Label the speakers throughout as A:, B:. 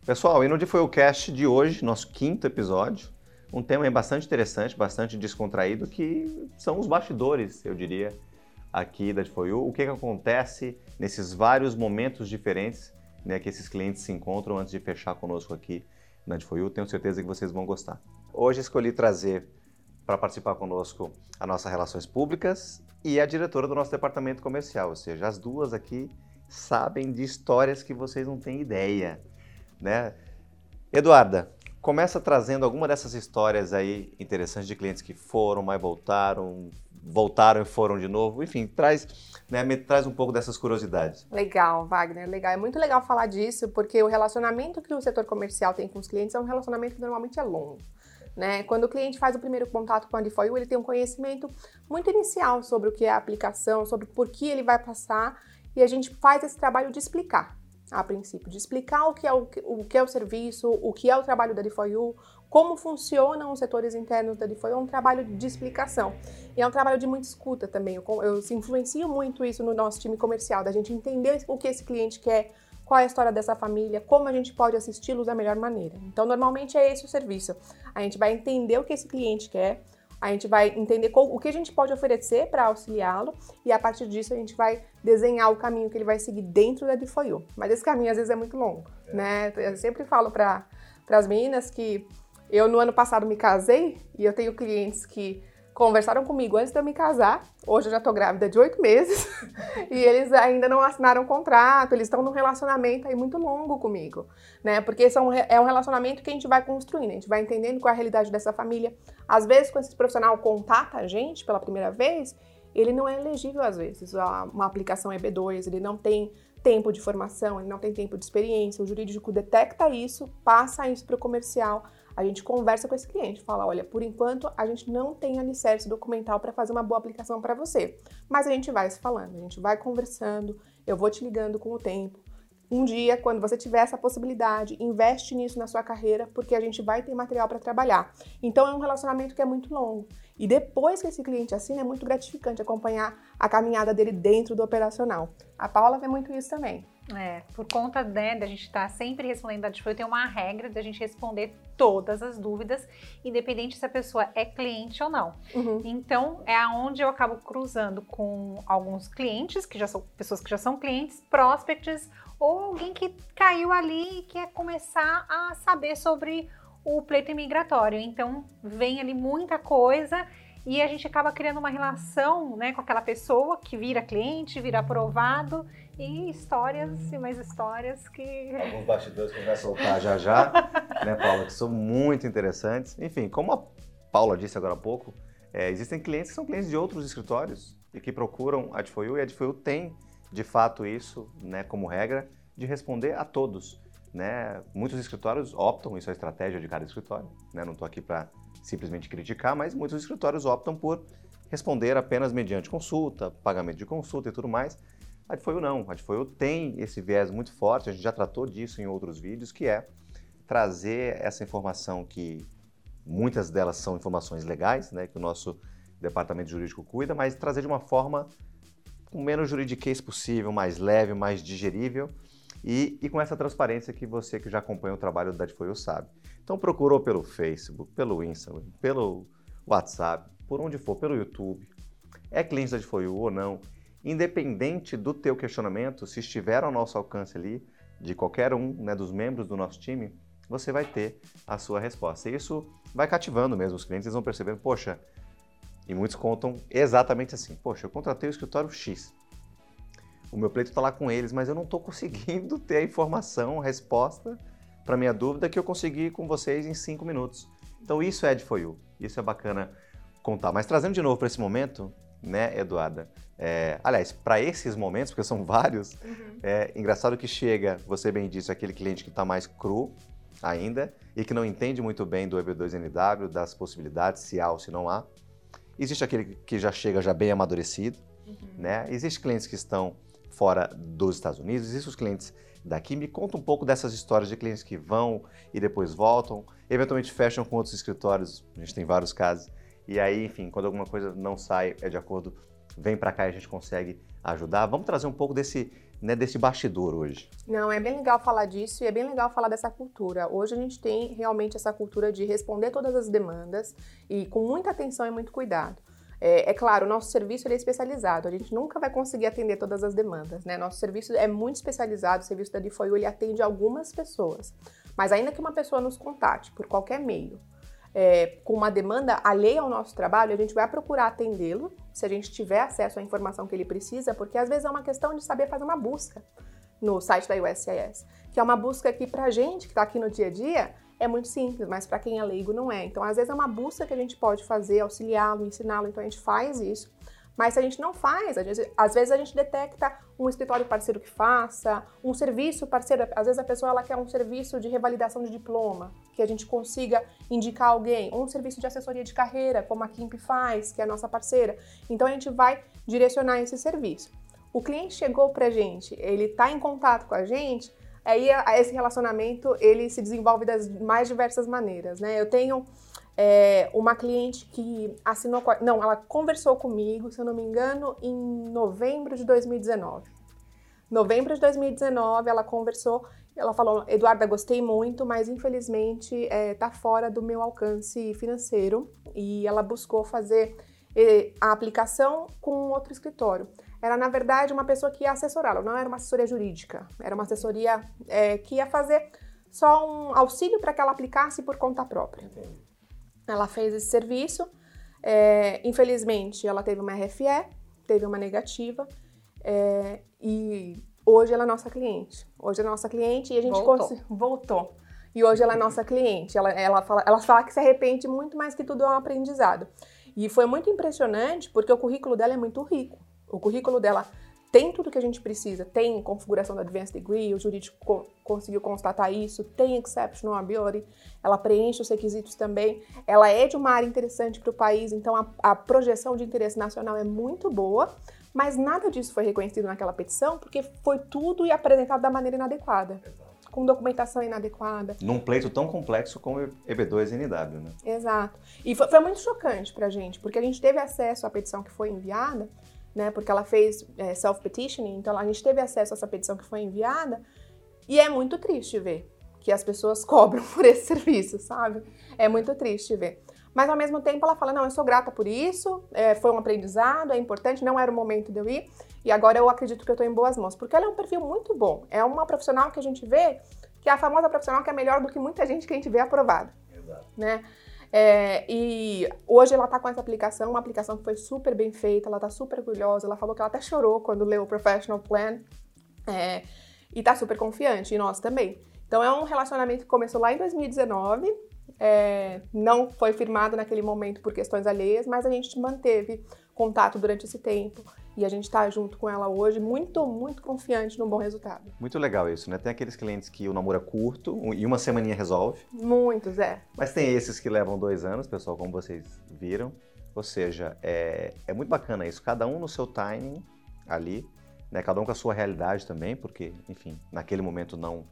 A: Pessoal, e no Foi o Cast de hoje, nosso 5º episódio, um tema bastante interessante, bastante descontraído, que são os bastidores, eu diria, aqui da Foi o que acontece nesses vários momentos diferentes, né, que esses clientes se encontram antes de fechar conosco aqui na Foi o. Tenho certeza que vocês vão gostar. Hoje escolhi trazer para participar conosco a nossa Relações Públicas e a diretora do nosso departamento comercial, ou seja, as duas aqui sabem de histórias que vocês não têm ideia, né? Eduarda, começa trazendo alguma dessas histórias aí interessantes de clientes que foram, mas voltaram e foram de novo. Enfim, me traz um pouco dessas curiosidades.
B: Legal, Wagner, legal. É muito legal falar disso, porque o relacionamento que o setor comercial tem com os clientes é um relacionamento que normalmente é longo. Né? Quando o cliente faz o primeiro contato com a Foi o, ele tem um conhecimento muito inicial sobre o que é a aplicação, sobre por que ele vai passar, e a gente faz esse trabalho de explicar, a princípio, de explicar o que é o serviço, o que é o trabalho da Foi o, como funcionam os setores internos da Foi o, é um trabalho de explicação. E é um trabalho de muita escuta também. Eu influencio muito isso no nosso time comercial, da gente entender o que esse cliente quer, qual é a história dessa família, como a gente pode assisti-los da melhor maneira. Então, normalmente é esse o serviço. A gente vai entender o que esse cliente quer, a gente vai entender o que a gente pode oferecer para auxiliá-lo e a partir disso a gente vai desenhar o caminho que ele vai seguir dentro da Foi o. Mas esse caminho às vezes é muito longo, né? Eu sempre falo para as meninas que eu no ano passado me casei e eu tenho clientes que conversaram comigo antes de eu me casar, hoje eu já tô grávida de 8 meses, e eles ainda não assinaram contrato, eles estão num relacionamento aí muito longo comigo, né? Porque é um relacionamento que a gente vai construindo, a gente vai entendendo qual é a realidade dessa família. Às vezes, quando esse profissional contata a gente pela primeira vez, ele não é elegível às vezes, uma aplicação EB2, ele não tem tempo de formação, ele não tem tempo de experiência, o jurídico detecta isso, passa isso para o comercial. A gente conversa com esse cliente, fala, olha, por enquanto a gente não tem alicerce documental para fazer uma boa aplicação para você, mas a gente vai se falando, a gente vai conversando, eu vou te ligando com o tempo. Um dia, quando você tiver essa possibilidade, investe nisso na sua carreira, porque a gente vai ter material para trabalhar. Então, é um relacionamento que é muito longo. E depois que esse cliente assina, é muito gratificante acompanhar a caminhada dele dentro do operacional. A Paula vê muito isso também.
C: Por conta, né, da gente estar sempre respondendo a Foi o, tem uma regra de a gente responder todas as dúvidas, independente se a pessoa é cliente ou não.
B: Uhum.
C: Então, é aonde eu acabo cruzando com alguns clientes, que já são pessoas que já são clientes, prospects, ou alguém que caiu ali e quer começar a saber sobre o pleito imigratório. Então, vem ali muita coisa e a gente acaba criando uma relação, né, com aquela pessoa que vira cliente, vira aprovado, e histórias e mais histórias que...
A: Alguns bastidores que a gente vai soltar já, né, Paula, que são muito interessantes. Enfim, como a Paula disse agora há pouco, existem clientes que são clientes de outros escritórios e que procuram a Foi o, e a Foi o tem, de fato, isso, né, como regra, de responder a todos. Né? Muitos escritórios optam, isso é a estratégia de cada escritório, né? Não estou aqui para simplesmente criticar, mas muitos escritórios optam por responder apenas mediante consulta, pagamento de consulta e tudo mais. A Foi o não, a Foi o tem esse viés muito forte, a gente já tratou disso em outros vídeos, que é trazer essa informação que muitas delas são informações legais, né, que o nosso departamento jurídico cuida, mas trazer de uma forma com menos juridiquês possível, mais leve, mais digerível e com essa transparência que você que já acompanha o trabalho da Foi o sabe. Então procurou pelo Facebook, pelo Instagram, pelo WhatsApp, por onde for, pelo YouTube, é cliente da Foi o ou não, independente do teu questionamento, se estiver ao nosso alcance ali, de qualquer um, né, dos membros do nosso time, você vai ter a sua resposta. E isso vai cativando mesmo os clientes, eles vão percebendo, poxa, e muitos contam exatamente assim, poxa, eu contratei o escritório X, o meu pleito está lá com eles, mas eu não estou conseguindo ter a informação, a resposta para a minha dúvida que eu consegui com vocês em 5 minutos. Então isso é de Foi o, isso é bacana contar. Mas trazendo de novo para esse momento, né, Eduarda? Aliás, para esses momentos, porque são vários, é engraçado que chega, você bem disse, aquele cliente que está mais cru ainda e que não entende muito bem do EB2NW, das possibilidades, se há ou se não há. Existe aquele que já chega já bem amadurecido, né? Existem clientes que estão fora dos Estados Unidos, existem os clientes daqui. Me conta um pouco dessas histórias de clientes que vão e depois voltam, eventualmente fecham com outros escritórios, a gente tem vários casos, e aí, enfim, quando alguma coisa não sai, é de acordo, vem para cá e a gente consegue ajudar. Vamos trazer um pouco desse né, desse bastidor hoje?
B: Não, é bem legal falar disso e é bem legal falar dessa cultura. Hoje a gente tem realmente essa cultura de responder todas as demandas e com muita atenção e muito cuidado. É claro, o nosso serviço ele é especializado, a gente nunca vai conseguir atender todas as demandas, né? Nosso serviço é muito especializado, o serviço da D4U ele atende algumas pessoas. Mas ainda que uma pessoa nos contate por qualquer meio, com uma demanda alheia ao nosso trabalho, a gente vai procurar atendê-lo, se a gente tiver acesso à informação que ele precisa, porque às vezes é uma questão de saber fazer uma busca no site da USCIS, que é uma busca que pra gente que está aqui no dia a dia é muito simples, mas para quem é leigo não é. Então, às vezes é uma busca que a gente pode fazer, auxiliá-lo, ensiná-lo, então a gente faz isso. Mas se a gente não faz, às vezes a gente detecta um escritório parceiro que faça, um serviço parceiro, às vezes a pessoa ela quer um serviço de revalidação de diploma, que a gente consiga indicar alguém, ou um serviço de assessoria de carreira, como a Kimp faz, que é a nossa parceira. Então a gente vai direcionar esse serviço. O cliente chegou pra gente, ele está em contato com a gente, aí esse relacionamento ele se desenvolve das mais diversas maneiras, né? Eu tenho uma cliente que assinou, ela conversou comigo, se eu não me engano, em novembro de 2019. Novembro de 2019 ela conversou, ela falou, Eduarda, gostei muito, mas infelizmente tá fora do meu alcance financeiro, e ela buscou fazer a aplicação com outro escritório. Era, na verdade, uma pessoa que ia assessorá-la, não era uma assessoria jurídica, era uma assessoria que ia fazer só um auxílio para que ela aplicasse por conta própria. Ela fez esse serviço, infelizmente ela teve uma RFE, teve uma negativa, e hoje ela é nossa cliente. Hoje é nossa cliente e a gente voltou. E hoje ela é nossa cliente. Ela fala que se arrepende muito, mas que tudo é um aprendizado. E foi muito impressionante porque o currículo dela é muito rico. O currículo dela tem tudo que a gente precisa, tem configuração do Advanced Degree, o jurídico conseguiu constatar isso, tem Exceptional Ability, ela preenche os requisitos também, ela é de uma área interessante para o país, então a projeção de interesse nacional é muito boa, mas nada disso foi reconhecido naquela petição porque foi tudo apresentado da maneira inadequada. Com documentação inadequada.
A: Num pleito tão complexo como o EB2NW, né?
B: Exato. E foi muito chocante pra gente, porque a gente teve acesso à petição que foi enviada, né, porque ela fez self-petitioning, então a gente teve acesso a essa petição que foi enviada, e é muito triste ver que as pessoas cobram por esse serviço, sabe? É muito triste ver. Mas ao mesmo tempo ela fala, não, eu sou grata por isso, foi um aprendizado, é importante, não era o momento de eu ir, e agora eu acredito que eu estou em boas mãos, porque ela é um perfil muito bom, é uma profissional que a gente vê, que é a famosa profissional que é melhor do que muita gente que a gente vê aprovada. Exato. Né? E hoje ela está com essa aplicação, uma aplicação que foi super bem feita, ela está super orgulhosa, ela falou que ela até chorou quando leu o Professional Plan, e está super confiante, e nós também. Então é um relacionamento que começou lá em 2019, não foi firmado naquele momento por questões alheias, mas a gente manteve contato durante esse tempo e a gente está junto com ela hoje, muito, muito confiante num bom resultado.
A: Muito legal isso, né? Tem aqueles clientes que o namoro é curto e uma semaninha resolve.
B: Muitos,
A: Mas tem esses que levam 2 anos, pessoal, como vocês viram. Ou seja, é muito bacana isso, cada um no seu timing ali, né? Cada um com a sua realidade também, porque, enfim, naquele momento não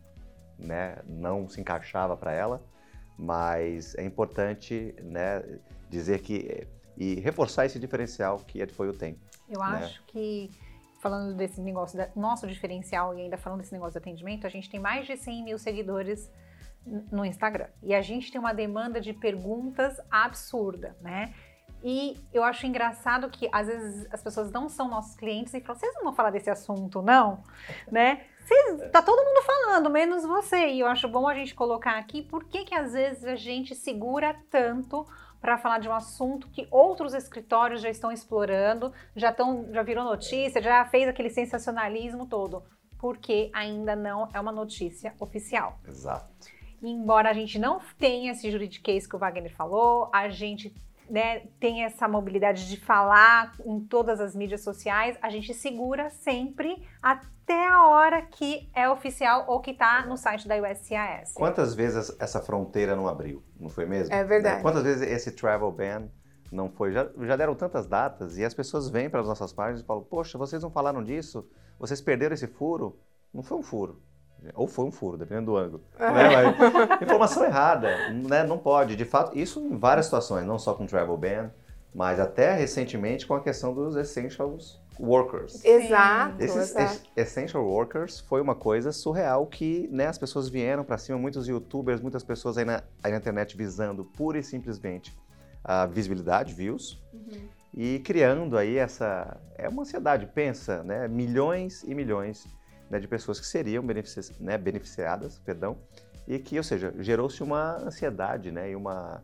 A: se encaixava para ela. Mas é importante, né, dizer que e reforçar esse diferencial que a D4U tem.
C: Eu acho que, falando desse negócio, nosso diferencial e ainda falando desse negócio de atendimento, a gente tem mais de 100 mil seguidores no Instagram. E a gente tem uma demanda de perguntas absurda, né? E eu acho engraçado que, às vezes, as pessoas não são nossos clientes e falam, vocês não vão falar desse assunto, não? Né? Tá todo mundo falando, menos você. E eu acho bom a gente colocar aqui por que às vezes a gente segura tanto para falar de um assunto que outros escritórios já estão explorando, já virou notícia, já fez aquele sensacionalismo todo. Porque ainda não é uma notícia oficial.
A: Exato.
C: E embora a gente não tenha esse juridiquês que o Wagner falou, a gente tem essa mobilidade de falar em todas as mídias sociais, a gente segura sempre até a hora que é oficial ou que está no site da USCIS.
A: Quantas vezes essa fronteira não abriu? Não foi mesmo?
B: É verdade.
A: Quantas vezes esse travel ban não foi? Já deram tantas datas e as pessoas vêm para as nossas páginas e falam, poxa, vocês não falaram disso? Vocês perderam esse furo? Não foi um furo. Ou foi um furo, dependendo do ângulo. Né? Mas, informação errada, né? Não pode. De fato, isso em várias situações, não só com travel ban, mas até recentemente com a questão dos essentials workers.
B: Exato,
A: Esses
B: exato.
A: essential workers foi uma coisa surreal que, né, as pessoas vieram para cima, muitos youtubers, muitas pessoas aí na internet visando pura e simplesmente a visibilidade, views, e criando aí uma ansiedade, pensa, né, milhões e milhões, né, de pessoas que seriam beneficiadas, e que, ou seja, gerou-se uma ansiedade, né, e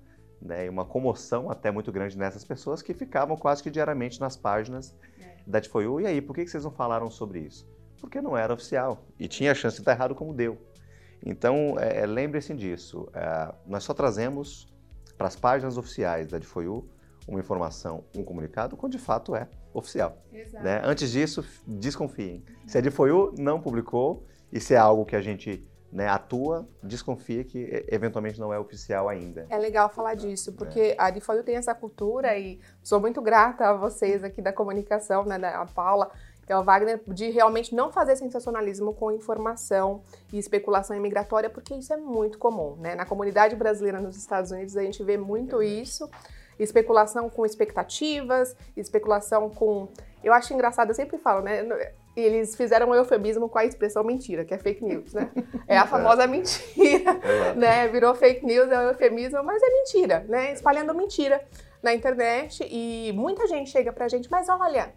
A: uma comoção até muito grande nessas pessoas que ficavam quase que diariamente nas páginas da Ad4U. E aí, por que vocês não falaram sobre isso? Porque não era oficial e tinha a chance de estar errado como deu. Então, lembre-se disso. Nós só trazemos para as páginas oficiais da Ad4U uma informação, um comunicado, quando de fato é oficial. Né? Antes disso, desconfiem. Se a Ad4U não publicou e se é algo que a gente, né, atua, desconfia que eventualmente não é oficial ainda.
B: É legal falar disso, porque a Ad4U tem essa cultura e sou muito grata a vocês aqui da comunicação, né, a Paula e ao Wagner, de realmente não fazer sensacionalismo com informação e especulação imigratória, porque isso é muito comum, né? Na comunidade brasileira nos Estados Unidos a gente vê muito isso, especulação com expectativas, especulação com... Eu acho engraçado, eu sempre falo, né? Eles fizeram um eufemismo com a expressão mentira, que é fake news, né? É a famosa mentira, né? Virou fake news, é um eufemismo, mas é mentira, né? Espalhando mentira na internet e muita gente chega pra gente, mas olha,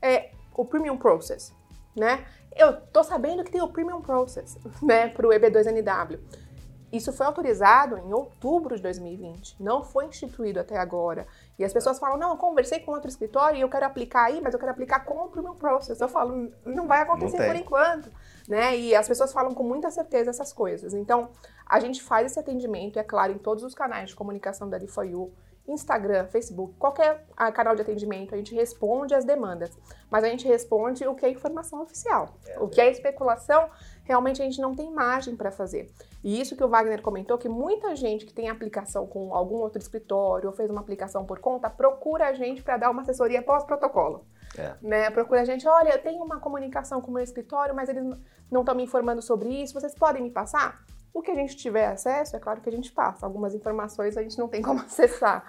B: o Premium Process, né? Eu tô sabendo que tem o Premium Process, né, pro EB2NW. Isso foi autorizado em outubro de 2020, não foi instituído até agora. E as pessoas falam, não, eu conversei com outro escritório e eu quero aplicar aí, mas eu quero aplicar com o Premium Process. Eu falo, não vai acontecer por enquanto, né? E as pessoas falam com muita certeza essas coisas. Então, a gente faz esse atendimento, é claro, em todos os canais de comunicação da Ad4U, Instagram, Facebook, qualquer canal de atendimento, a gente responde as demandas, mas a gente responde o que é informação oficial. O que é especulação, realmente a gente não tem margem para fazer. E isso que o Wagner comentou, que muita gente que tem aplicação com algum outro escritório ou fez uma aplicação por conta, procura a gente para dar uma assessoria pós-protocolo. Né? Procura a gente, olha, eu tenho uma comunicação com o meu escritório, mas eles não estão me informando sobre isso, vocês podem me passar? O que a gente tiver acesso, é claro que a gente passa. Algumas informações a gente não tem como acessar.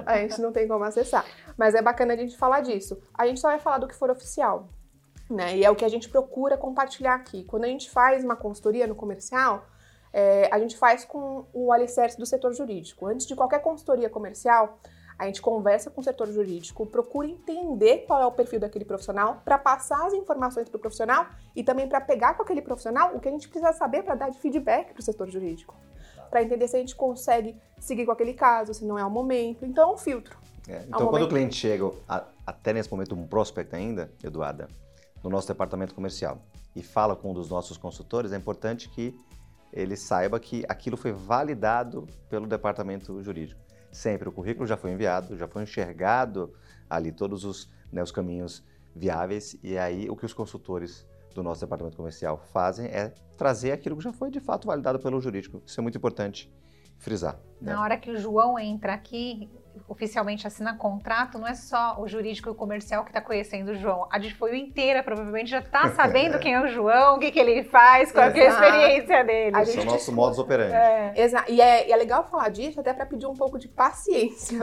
B: Mas é bacana a gente falar disso. A gente só vai falar do que for oficial, né? E é o que a gente procura compartilhar aqui. Quando a gente faz uma consultoria no comercial, a gente faz com o alicerce do setor jurídico. Antes de qualquer consultoria comercial, a gente conversa com o setor jurídico, procura entender qual é o perfil daquele profissional, para passar as informações para o profissional e também para pegar com aquele profissional o que a gente precisa saber para dar de feedback para o setor jurídico, para entender se a gente consegue seguir com aquele caso, se não é o momento. Então é um filtro.
A: Então quando o cliente chega, até nesse momento um prospect ainda, Eduarda, no nosso departamento comercial, e fala com um dos nossos consultores, é importante que ele saiba que aquilo foi validado pelo departamento jurídico. Sempre o currículo já foi enviado, já foi enxergado ali todos os caminhos viáveis, e aí o que os consultores do nosso departamento comercial fazem é trazer aquilo que já foi de fato validado pelo jurídico. Isso é muito importante frisar.
C: Na hora que o João entra aqui, oficialmente assina contrato, não é só o jurídico e o comercial que está conhecendo o João. A Ad4U inteira provavelmente já está sabendo quem é o João, o que ele faz, qual é a experiência dele.
A: Esse é o nosso modus operandi.
B: Exato. E é legal falar disso até para pedir um pouco de paciência.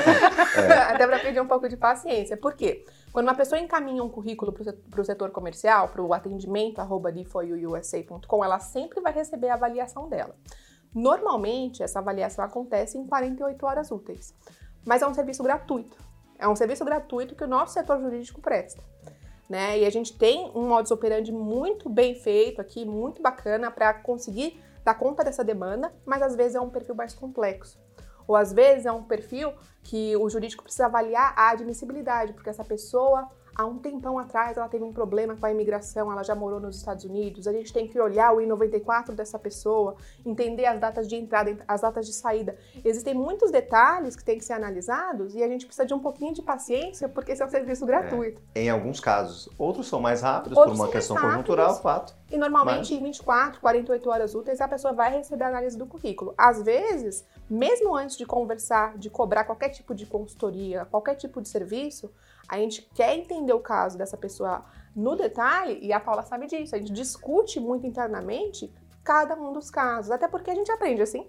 B: Até para pedir um pouco de paciência. Por quê? Quando uma pessoa encaminha um currículo para o setor comercial, para o atendimento @ad4uusa.com, ela sempre vai receber a avaliação dela. Normalmente, essa avaliação acontece em 48 horas úteis, mas é um serviço gratuito. É um serviço gratuito que o nosso setor jurídico presta, né? E a gente tem um modus operandi muito bem feito aqui, muito bacana para conseguir dar conta dessa demanda, mas às vezes é um perfil mais complexo. Ou às vezes é um perfil que o jurídico precisa avaliar a admissibilidade, porque essa pessoa, há um tempão atrás, ela teve um problema com a imigração, ela já morou nos Estados Unidos, a gente tem que olhar o I-94 dessa pessoa, entender as datas de entrada, as datas de saída. Existem muitos detalhes que têm que ser analisados e a gente precisa de um pouquinho de paciência, porque esse é um serviço gratuito.
A: Em alguns casos. Outros são mais rápidos, por uma questão conjuntural, fato.
B: E normalmente em 24, 48 horas úteis, a pessoa vai receber a análise do currículo. Às vezes, mesmo antes de conversar, de cobrar qualquer tipo de consultoria, qualquer tipo de serviço, a gente quer entender o caso dessa pessoa no detalhe, e a Paula sabe disso, a gente discute muito internamente cada um dos casos, até porque a gente aprende assim,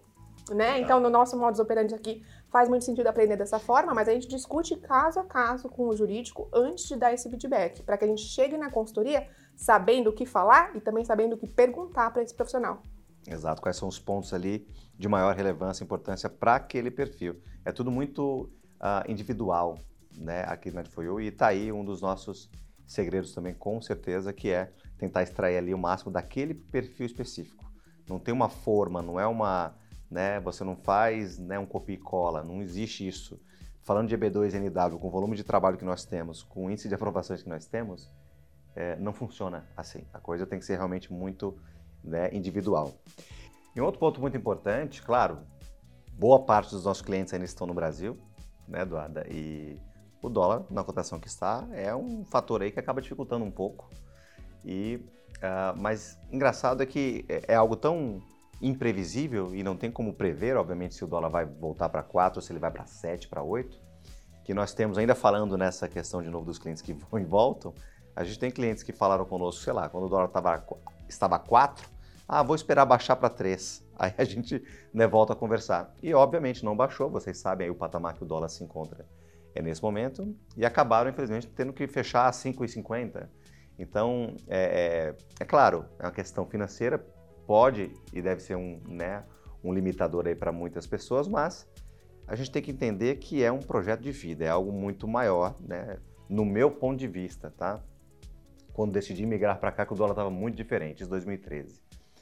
B: né? Então, no nosso modus operandi aqui, faz muito sentido aprender dessa forma, mas a gente discute caso a caso com o jurídico antes de dar esse feedback, para que a gente chegue na consultoria sabendo o que falar e também sabendo o que perguntar para esse profissional.
A: Exato, quais são os pontos ali de maior relevância e importância para aquele perfil. É tudo muito individual, né, aqui na Adfoyu, e está aí um dos nossos segredos também, com certeza, que é tentar extrair ali o máximo daquele perfil específico. Não tem uma forma, não é uma, né, você não faz, né, um copia e cola, não existe isso. Falando de EB2NW, com o volume de trabalho que nós temos, com o índice de aprovações que nós temos, não funciona assim. A coisa tem que ser realmente muito, né, individual. E um outro ponto muito importante, claro, boa parte dos nossos clientes ainda estão no Brasil, né, Eduarda? E o dólar, na cotação que está, é um fator aí que acaba dificultando um pouco. Mas engraçado é que é algo tão imprevisível e não tem como prever, obviamente, se o dólar vai voltar para 4 ou se ele vai para 7, para 8, que nós temos, ainda falando nessa questão de novo dos clientes que vão e voltam, a gente tem clientes que falaram conosco, sei lá, quando o dólar estava 4, vou esperar baixar para 3. Aí a gente, né, volta a conversar. E obviamente não baixou, vocês sabem aí o patamar que o dólar se encontra nesse momento, e acabaram, infelizmente, tendo que fechar a 5,50. Então, é claro, é uma questão financeira, pode e deve ser um limitador aí para muitas pessoas, mas a gente tem que entender que é um projeto de vida, é algo muito maior, né, no meu ponto de vista, tá? Quando decidi migrar para cá, que o dólar estava muito diferente, em 2013.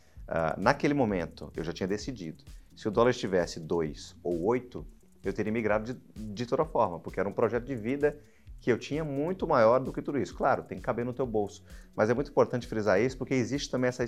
A: Naquele momento, eu já tinha decidido, se o dólar estivesse 2 ou 8, eu teria migrado de toda forma, porque era um projeto de vida que eu tinha muito maior do que tudo isso. Claro, tem que caber no teu bolso, mas é muito importante frisar isso, porque existe também essa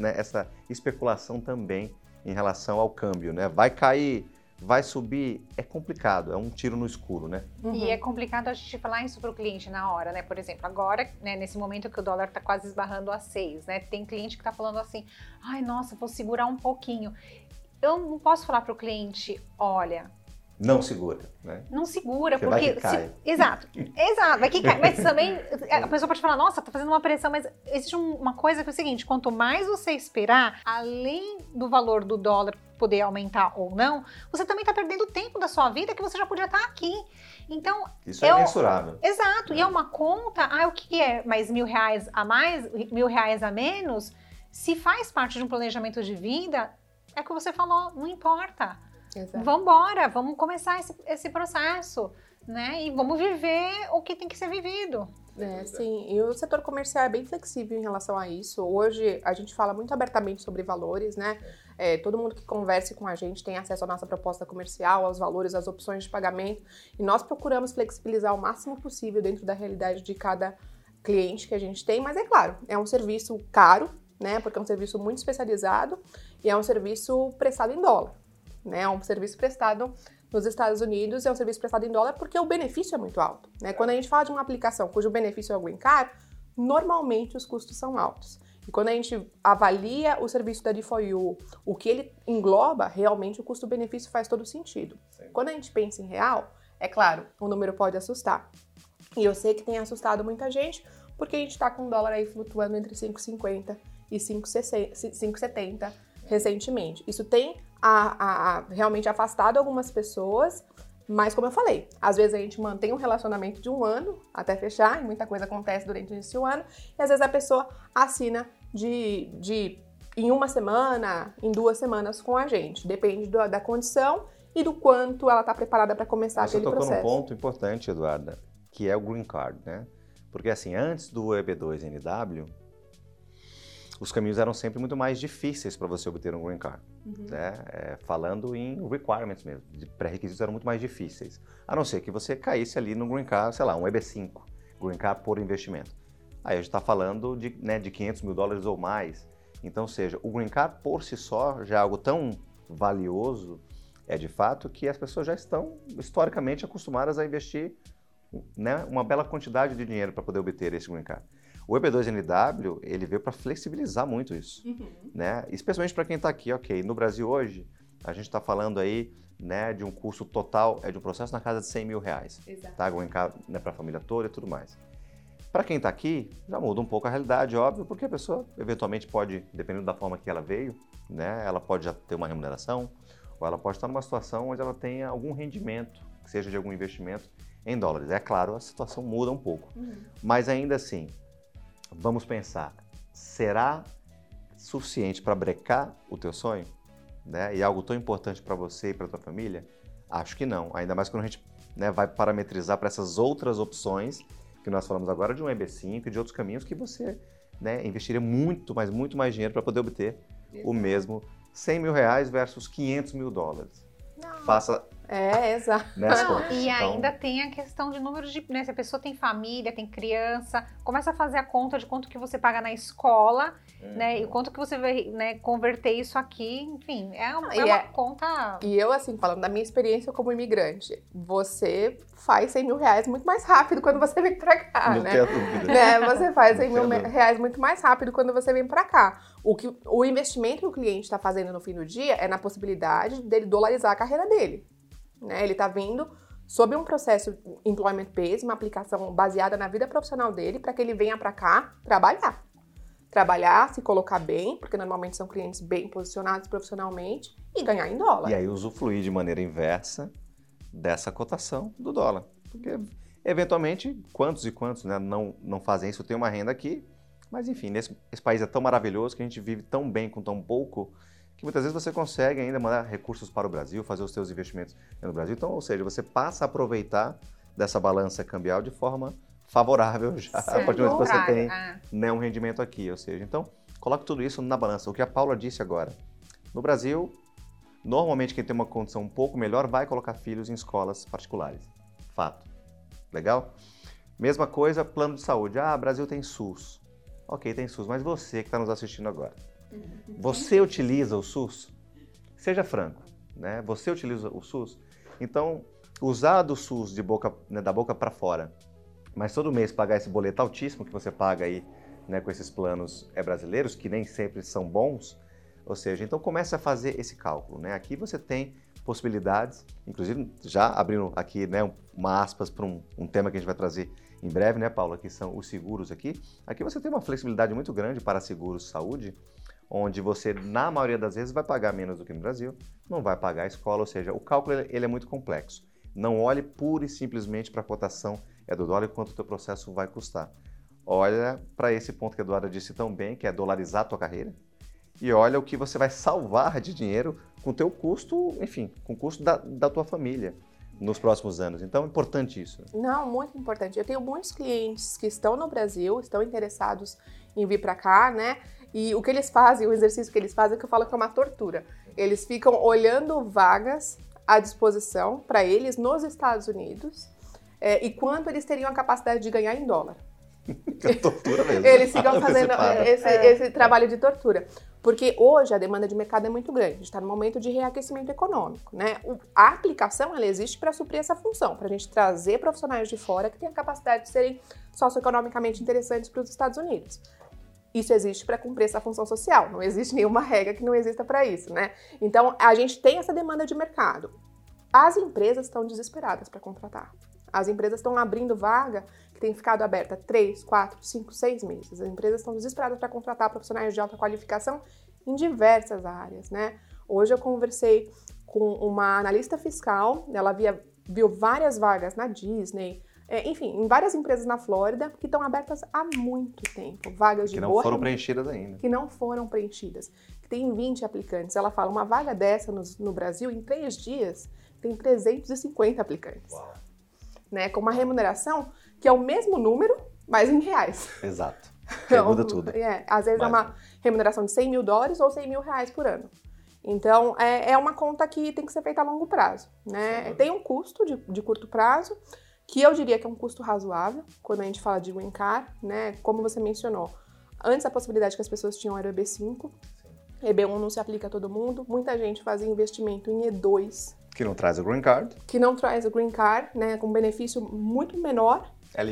A: especulação também em relação ao câmbio, né? Vai cair, vai subir, é complicado, é um tiro no escuro, né?
C: Uhum. E é complicado a gente falar isso para o cliente na hora, né? Por exemplo, agora, né, nesse momento que o dólar está quase esbarrando a 6, né? Tem cliente que está falando assim, ai, nossa, vou segurar um pouquinho. Eu não posso falar para o cliente, olha...
A: Não segura, né?
C: Não segura,
A: porque vai que cai.
C: Exato, vai que cai. Mas também a pessoa pode falar, nossa, tá fazendo uma pressão, mas existe uma coisa que é o seguinte, quanto mais você esperar, além do valor do dólar poder aumentar ou não, você também tá perdendo tempo da sua vida que você já podia estar aqui. Então,
A: isso é mensurável.
C: Exato, e é uma conta, o que é mais R$1.000 a mais, R$1.000 a menos, se faz parte de um planejamento de vida, é o que você falou, não importa. Vamos embora, vamos começar esse processo, né? E vamos viver o que tem que ser vivido.
B: Sim, e o setor comercial é bem flexível em relação a isso. Hoje a gente fala muito abertamente sobre valores, né? Todo mundo que converse com a gente tem acesso à nossa proposta comercial, aos valores, às opções de pagamento. E nós procuramos flexibilizar o máximo possível dentro da realidade de cada cliente que a gente tem. Mas é claro, é um serviço caro, né? Porque é um serviço muito especializado e é um serviço prestado em dólar. É um serviço prestado nos Estados Unidos, é um serviço prestado em dólar porque o benefício é muito alto, né? Quando a gente fala de uma aplicação cujo benefício é o green card, normalmente os custos são altos. E quando a gente avalia o serviço da Adfoyu, o que ele engloba, realmente o custo-benefício faz todo sentido. Sim. Quando a gente pensa em real, é claro, o número pode assustar. E eu sei que tem assustado muita gente, porque a gente está com o dólar aí flutuando entre 5,50 e 5,70 recentemente. Isso tem realmente afastado algumas pessoas, mas como eu falei, às vezes a gente mantém um relacionamento de um ano até fechar, e muita coisa acontece durante esse ano, e às vezes a pessoa assina em uma semana, em 2 semanas com a gente. Depende da condição e do quanto ela está preparada para começar aquele processo.
A: Você tocou num ponto importante, Eduarda, que é o Green Card, né? Porque assim, antes do EB2NW, os caminhos eram sempre muito mais difíceis para você obter um Green Card. Né? Falando em requirements mesmo, de pré-requisitos eram muito mais difíceis. A não ser que você caísse ali no Green Card, sei lá, um EB5, Green Card por investimento. Aí a gente está falando de $500 mil ou mais. Então, ou seja, o Green Card por si só já é algo tão valioso, de fato, que as pessoas já estão historicamente acostumadas a investir, né, uma bela quantidade de dinheiro para poder obter esse Green Card. O EB2NW, ele veio para flexibilizar muito isso, né? Especialmente para quem está aqui, ok. No Brasil hoje, a gente está falando aí, né, de um custo total, de um processo na casa de R$100 mil, tá? Né, para a família toda e tudo mais. Para quem está aqui, já muda um pouco a realidade, óbvio, porque a pessoa eventualmente pode, dependendo da forma que ela veio, né, ela pode já ter uma remuneração, ou ela pode estar numa situação onde ela tenha algum rendimento, que seja de algum investimento em dólares. É claro, a situação muda um pouco, mas ainda assim, vamos pensar, será suficiente para brecar o teu sonho? Né? E algo tão importante para você e para tua família? Acho que não, ainda mais quando a gente, né, vai parametrizar para essas outras opções que nós falamos agora de um EB5 e de outros caminhos que você, né, investiria muito mais dinheiro para poder obter o mesmo 100 mil reais versus 500 mil dólares.
B: Não.
A: Faça
B: exato.
A: nessa
C: Não,
A: conta.
C: e
A: Então,
C: ainda tem a questão de número de, né, se a pessoa tem família, tem criança, começa a fazer a conta de quanto que você paga na escola, né, e quanto que você vai, né, converter isso aqui, enfim, é uma conta...
B: E eu, assim, falando da minha experiência como imigrante, você faz 100 mil reais muito mais rápido quando você vem pra cá,
A: não
B: né?
A: tenha dúvida.
B: Né? Você faz 100 mil
A: Não tenha dúvida.
B: reais muito mais rápido quando você vem pra cá. O investimento que o cliente está fazendo no fim do dia é na possibilidade dele dolarizar a carreira dele. Né? Ele está vindo sob um processo employment based, uma aplicação baseada na vida profissional dele, para que ele venha para cá trabalhar. Trabalhar, se colocar bem, porque normalmente são clientes bem posicionados profissionalmente, e ganhar em dólar.
A: E aí usufruir de maneira inversa dessa cotação do dólar. Porque, eventualmente, quantos e quantos, né, não fazem isso, tem uma renda aqui, mas enfim, esse país é tão maravilhoso que a gente vive tão bem com tão pouco, que muitas vezes você consegue ainda mandar recursos para o Brasil, fazer os seus investimentos no Brasil. Então, ou seja, você passa a aproveitar dessa balança cambial de forma favorável já, a partir do momento que você tem, né, um rendimento aqui. Ou seja, então, coloque tudo isso na balança. O que a Paula disse agora. No Brasil, normalmente quem tem uma condição um pouco melhor vai colocar filhos em escolas particulares. Fato. Legal? Mesma coisa, plano de saúde. Ah, Brasil tem SUS. Ok, tem SUS, mas você que está nos assistindo agora, você utiliza o SUS? Seja franco, né? Você utiliza o SUS? Então, usar do SUS de boca, né, da boca para fora, mas todo mês pagar esse boleto altíssimo que você paga aí, né, com esses planos brasileiros, que nem sempre são bons, ou seja, então comece a fazer esse cálculo, né? Aqui você tem possibilidades, inclusive já abrindo aqui, né, uma aspas para um tema que a gente vai trazer em breve, né, Paula, que são os seguros aqui. Aqui você tem uma flexibilidade muito grande para seguros saúde, onde você, na maioria das vezes, vai pagar menos do que no Brasil, não vai pagar a escola, ou seja, o cálculo ele é muito complexo. Não olhe pura e simplesmente para a cotação do dólar e quanto o teu processo vai custar. Olha para esse ponto que a Eduarda disse tão bem, que é dolarizar a tua carreira, e olha o que você vai salvar de dinheiro com o teu custo, enfim, com o custo da tua família nos próximos anos. Então, é importante isso.
B: Não, muito importante. Eu tenho muitos clientes que estão no Brasil, estão interessados em vir para cá, né? E o que eles fazem, o exercício que eles fazem, é que eu falo que é uma tortura. Eles ficam olhando vagas à disposição para eles nos Estados Unidos e quanto eles teriam a capacidade de ganhar em dólar.
A: É tortura mesmo.
B: Eles ficam fazendo esse trabalho de tortura. Porque hoje a demanda de mercado é muito grande. A gente está no momento de reaquecimento econômico, né? A aplicação, ela existe para suprir essa função, para a gente trazer profissionais de fora que têm a capacidade de serem socioeconomicamente interessantes para os Estados Unidos. Isso existe para cumprir essa função social. Não existe nenhuma regra que não exista para isso, né? Então, a gente tem essa demanda de mercado. As empresas estão desesperadas para contratar. As empresas estão abrindo vaga que tem ficado aberta 3, 4, 5, 6 meses. As empresas estão desesperadas para contratar profissionais de alta qualificação em diversas áreas, né? Hoje eu conversei com uma analista fiscal, ela viu várias vagas na Disney, enfim, em várias empresas na Flórida que estão abertas há muito tempo. Vagas de boa...
A: Que não foram preenchidas ainda.
B: Que não foram preenchidas. Tem 20 aplicantes. Ela fala, uma vaga dessa no Brasil, em 3 dias, tem 350 aplicantes.
A: Uau.
B: Né, com uma remuneração que é o mesmo número, mas em reais.
A: Exato. Que muda tudo.
B: Às vezes é uma remuneração de 100 mil dólares ou 100 mil reais por ano. Então, é uma conta que tem que ser feita a longo prazo. Né? Tem um custo de curto prazo, que eu diria que é um custo razoável, quando a gente fala de green card, né? Como você mencionou. Antes, a possibilidade que as pessoas tinham era o EB5. EB1 não se aplica a todo mundo. Muita gente fazia investimento em E2,
A: que não traz o green card.
B: Que não traz o green card, né? Com benefício muito menor.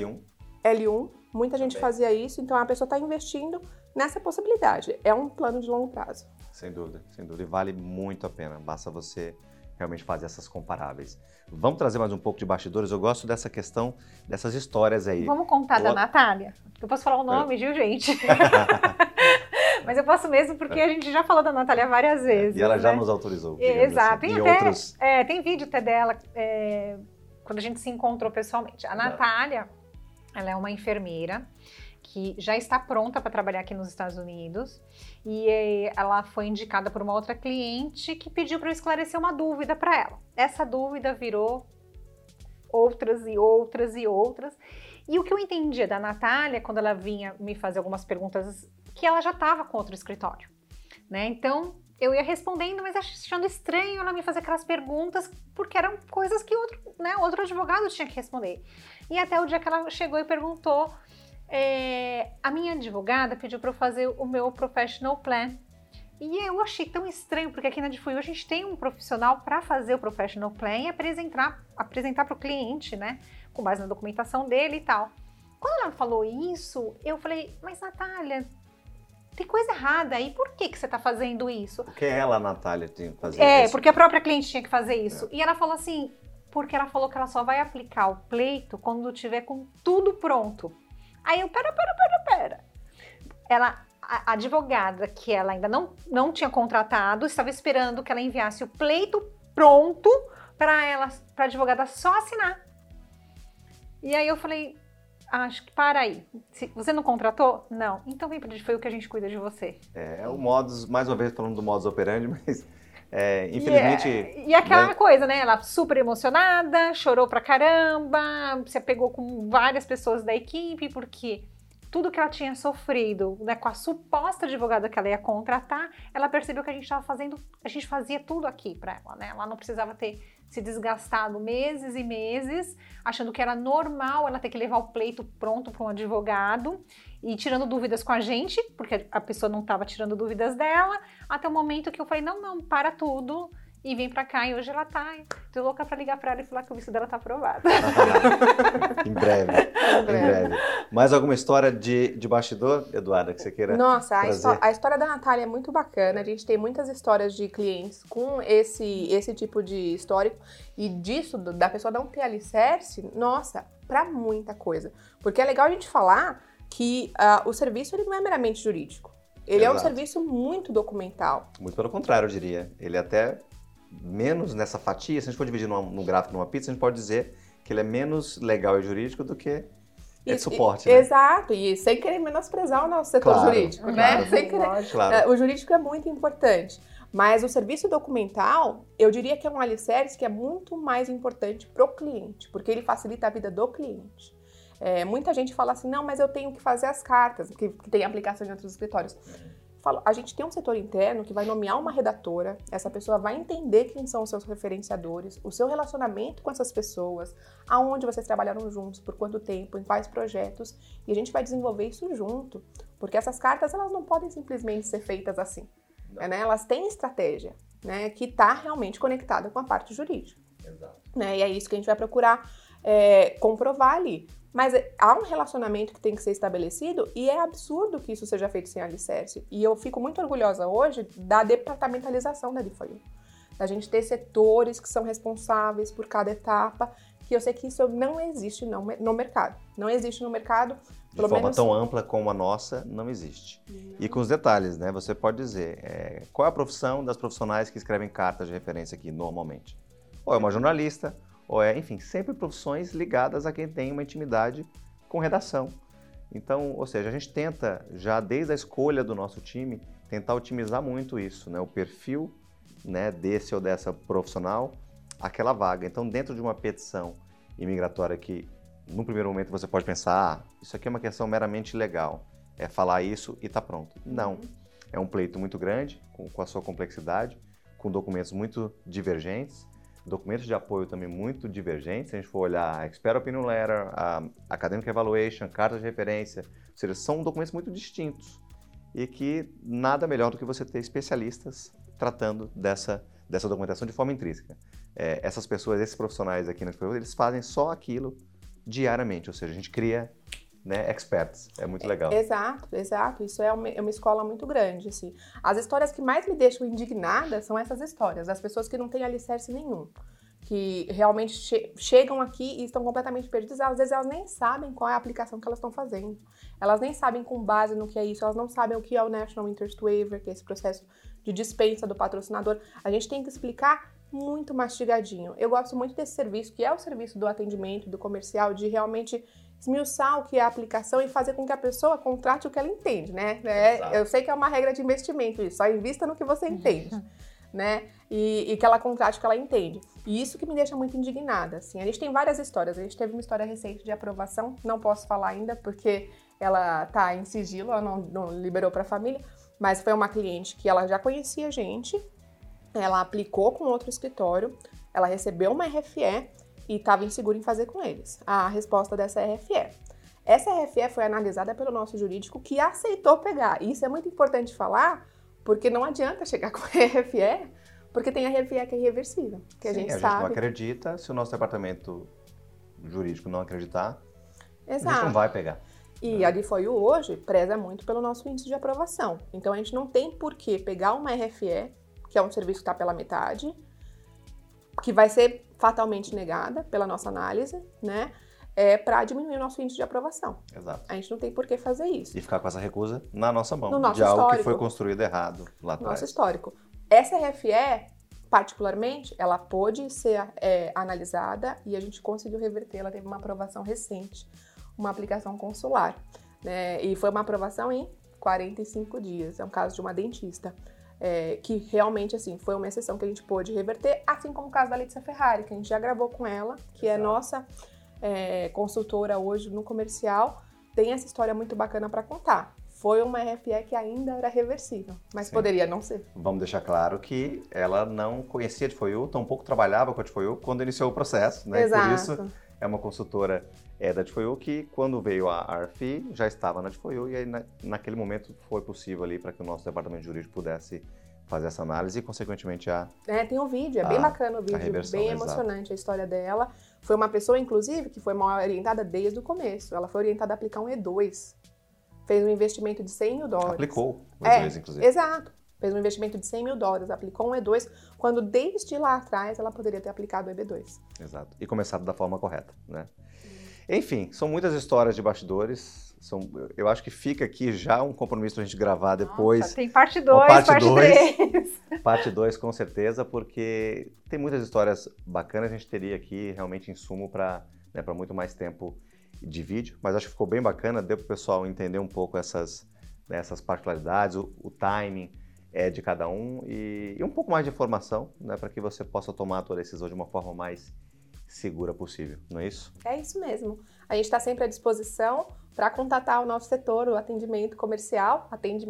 B: L1. Muita gente fazia isso, então a pessoa está investindo nessa possibilidade. É um plano de longo prazo.
A: Sem dúvida, sem dúvida. E vale muito a pena. Basta você realmente fazer essas comparáveis. Vamos trazer mais um pouco de bastidores? Eu gosto dessa questão, dessas histórias aí.
C: Vamos contar da Natália? Eu posso falar o nome, viu, gente? Mas eu posso mesmo porque a gente já falou da Natália várias vezes.
A: E ela já
C: né?
A: nos autorizou.
C: Exato.
A: Assim.
C: E até, tem vídeo até dela, quando a gente se encontrou pessoalmente. A Natália, ela é uma enfermeira que já está pronta para trabalhar aqui nos Estados Unidos e ela foi indicada por uma outra cliente que pediu para eu esclarecer uma dúvida para ela. Essa dúvida virou outras e outras e outras. E o que eu entendia da Natália, quando ela vinha me fazer algumas perguntas, que ela já estava com outro escritório, né? Então, eu ia respondendo, mas achando estranho ela me fazer aquelas perguntas, porque eram coisas que outro advogado tinha que responder. E até o dia que ela chegou e perguntou, a minha advogada pediu para eu fazer o meu professional plan. E eu achei tão estranho, porque aqui na DFOIU a gente tem um profissional para fazer o professional plan e apresentar para o cliente, né? Com base na documentação dele e tal. Quando ela falou isso, eu falei, mas Natália, tem coisa errada aí, por que você está fazendo isso?
A: Porque ela, a Natália, tinha que fazer isso.
C: Porque a própria cliente tinha que fazer isso. E ela falou assim, porque ela falou que ela só vai aplicar o pleito quando tiver com tudo pronto. Aí eu, pera. A advogada que ela ainda não tinha contratado, estava esperando que ela enviasse o pleito pronto para a advogada só assinar. E aí eu falei, acho que para aí. Você não contratou? Não. Então vem para foi o que a gente cuida de você.
A: É o modus, mais uma vez falando do modus operandi, mas infelizmente...
C: E aquela coisa, né? Ela super emocionada, chorou pra caramba, se apegou com várias pessoas da equipe, porque tudo que ela tinha sofrido, né, com a suposta advogada que ela ia contratar, ela percebeu que a gente fazia tudo aqui pra ela, né? Ela não precisava ter se desgastado meses e meses, achando que era normal ela ter que levar o pleito pronto para um advogado e tirando dúvidas com a gente, porque a pessoa não estava tirando dúvidas dela, até o momento que eu falei, não, para tudo e vem pra cá. E hoje ela tô louca pra ligar pra ela e falar que o visto dela tá aprovado.
A: Em breve. Mais alguma história de bastidor, Eduarda, que você queira trazer?
B: A história da Natália é muito bacana. A gente tem muitas histórias de clientes com esse tipo de histórico e disso, da pessoa não ter alicerce, nossa, pra muita coisa. Porque é legal a gente falar que o serviço ele não é meramente jurídico. Ele é um serviço muito documental.
A: Muito pelo contrário, eu diria. Ele é até menos nessa fatia, se a gente for dividir no gráfico numa pizza, a gente pode dizer que ele é menos legal e jurídico do que de suporte, né?
B: Exato, e sem querer menosprezar o nosso setor jurídico, né? Sem querer.
A: Claro.
B: O jurídico é muito importante, mas o serviço documental, eu diria que é um alicerce que é muito mais importante para o cliente, porque ele facilita a vida do cliente. Muita gente fala assim, não, mas eu tenho que fazer as cartas, que tem aplicação em outros escritórios. A gente tem um setor interno que vai nomear uma redatora, essa pessoa vai entender quem são os seus referenciadores, o seu relacionamento com essas pessoas, aonde vocês trabalharam juntos, por quanto tempo, em quais projetos, e a gente vai desenvolver isso junto, porque essas cartas elas não podem simplesmente ser feitas assim, né? Elas têm estratégia, né, que está realmente conectada com a parte jurídica.
A: Exato.
B: Né? E é isso que a gente vai procurar comprovar ali. Mas há um relacionamento que tem que ser estabelecido e é absurdo que isso seja feito sem alicerce. E eu fico muito orgulhosa hoje da departamentalização da DFOIU. Da gente ter setores que são responsáveis por cada etapa, que eu sei que isso não existe no mercado. Não existe no mercado,
A: pelo menos... De forma tão ampla como a nossa, não existe. E com os detalhes, né? Você pode dizer, qual é a profissão das profissionais que escrevem cartas de referência aqui, normalmente? Ou é uma jornalista, ou enfim, sempre profissões ligadas a quem tem uma intimidade com redação. Então, ou seja, a gente tenta, já desde a escolha do nosso time, tentar otimizar muito isso, né? O perfil, né, desse ou dessa profissional, aquela vaga. Então, dentro de uma petição imigratória que, no primeiro momento, você pode pensar, isso aqui é uma questão meramente legal, é falar isso e tá pronto. Não, é um pleito muito grande, com a sua complexidade, com documentos muito divergentes, documentos de apoio também muito divergentes. Se a gente for olhar a Expert Opinion Letter, a Academic Evaluation, cartas de referência, ou seja, são documentos muito distintos e que nada melhor do que você ter especialistas tratando dessa documentação de forma intrínseca. Essas pessoas, esses profissionais aqui na DFOIU, eles fazem só aquilo diariamente, ou seja, a gente cria, né, experts. É muito legal.
B: Exato. Isso é uma escola muito grande, assim. As histórias que mais me deixam indignada são essas histórias, das pessoas que não têm alicerce nenhum. que realmente chegam aqui e estão completamente perdidas, às vezes elas nem sabem qual é a aplicação que elas estão fazendo. Elas nem sabem com base no que é isso, elas não sabem o que é o National Interest Waiver, que é esse processo de dispensa do patrocinador. A gente tem que explicar muito mastigadinho. Eu gosto muito desse serviço, que é o serviço do atendimento, do comercial, de realmente esmiuçar o que é a aplicação e fazer com que a pessoa contrate o que ela entende, né? Eu sei que é uma regra de investimento isso, só invista no que você entende, né? E que ela contrate o que ela entende. E isso que me deixa muito indignada, assim. A gente tem várias histórias, a gente teve uma história recente de aprovação, não posso falar ainda porque ela tá em sigilo, ela não liberou para a família, mas foi uma cliente que ela já conhecia a gente, ela aplicou com outro escritório, ela recebeu uma RFE e estava insegura em fazer com eles. A resposta dessa RFE. Essa RFE foi analisada pelo nosso jurídico que aceitou pegar. E isso é muito importante falar, porque não adianta chegar com a RFE, porque tem a RFE que é irreversível, que a gente sabe.
A: A gente não acredita, se o nosso departamento jurídico não acreditar,
B: Exato.
A: A gente não vai pegar.
B: E a DeFoyu hoje preza muito pelo nosso índice de aprovação. Então a gente não tem por que pegar uma RFE, que é um serviço que está pela metade, que vai ser fatalmente negada pela nossa análise, né? Para diminuir o nosso índice de aprovação.
A: Exato.
B: A gente não tem por que fazer isso.
A: E ficar com essa recusa na nossa mão,
B: no nosso
A: de algo
B: histórico,
A: que foi construído errado lá atrás.
B: Nosso histórico. Essa RFE, particularmente, ela pôde ser analisada e a gente conseguiu reverter. Ela teve uma aprovação recente, uma aplicação consular, né? E foi uma aprovação em 45 dias. É um caso de uma dentista. Que realmente, assim, foi uma exceção que a gente pôde reverter, assim como o caso da Letícia Ferrari, que a gente já gravou com ela, que é nossa consultora hoje no comercial, tem essa história muito bacana para contar. Foi uma RFE que ainda era reversível, mas
A: Sim.
B: Poderia não ser.
A: Vamos deixar claro que ela não conhecia a DeFoyu, tampouco trabalhava com a DeFoyu quando iniciou o processo, né?
B: Exato.
A: Por isso é uma consultora da DeFoyu que, quando veio a RFI, já estava na DeFoyu e aí naquele momento foi possível ali para que o nosso departamento jurídico pudesse fazer essa análise e, consequentemente,
B: tem um vídeo, bem bacana o vídeo,
A: reversão,
B: bem
A: exato.
B: Emocionante a história dela. Foi uma pessoa, inclusive, que foi mal orientada desde o começo. Ela foi orientada a aplicar um E2. Fez um investimento de $100 mil.
A: Aplicou o E2, inclusive.
B: Exato. Fez um investimento de $100 mil, aplicou um E2, quando desde lá atrás ela poderia ter aplicado o EB2.
A: Exato. E começado da forma correta, né? Enfim, são muitas histórias de bastidores. Eu acho que fica aqui já um compromisso pra gente gravar depois.
C: Nossa, tem parte 2, parte 3.
A: Parte 2, com certeza, porque tem muitas histórias bacanas. A gente teria aqui realmente insumo para muito mais tempo de vídeo. Mas acho que ficou bem bacana, deu para o pessoal entender um pouco essas particularidades, o timing de cada um e um pouco mais de informação, né, para que você possa tomar a sua decisão de uma forma mais segura possível, não é isso?
B: É isso mesmo. A gente está sempre à disposição para contatar o nosso setor, o atendimento comercial,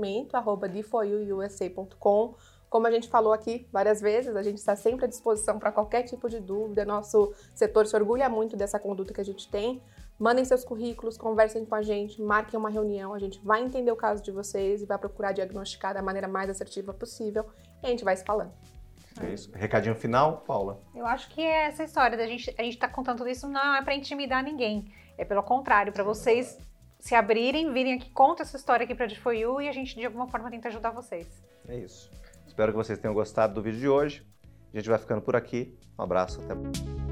B: atendimento@defoyouusa.com. Como a gente falou aqui várias vezes, a gente está sempre à disposição para qualquer tipo de dúvida. Nosso setor se orgulha muito dessa conduta que a gente tem. Mandem seus currículos, conversem com a gente, marquem uma reunião, a gente vai entender o caso de vocês e vai procurar diagnosticar da maneira mais assertiva possível e a gente vai se falando.
A: É isso. Recadinho final, Paula?
C: Eu acho que é essa história da gente tá contando tudo isso não é para intimidar ninguém. É pelo contrário, para vocês se abrirem, virem aqui, conta essa história aqui para a DeFoyu e a gente de alguma forma tenta ajudar vocês.
A: É isso. Espero que vocês tenham gostado do vídeo de hoje. A gente vai ficando por aqui. Um abraço, até mais.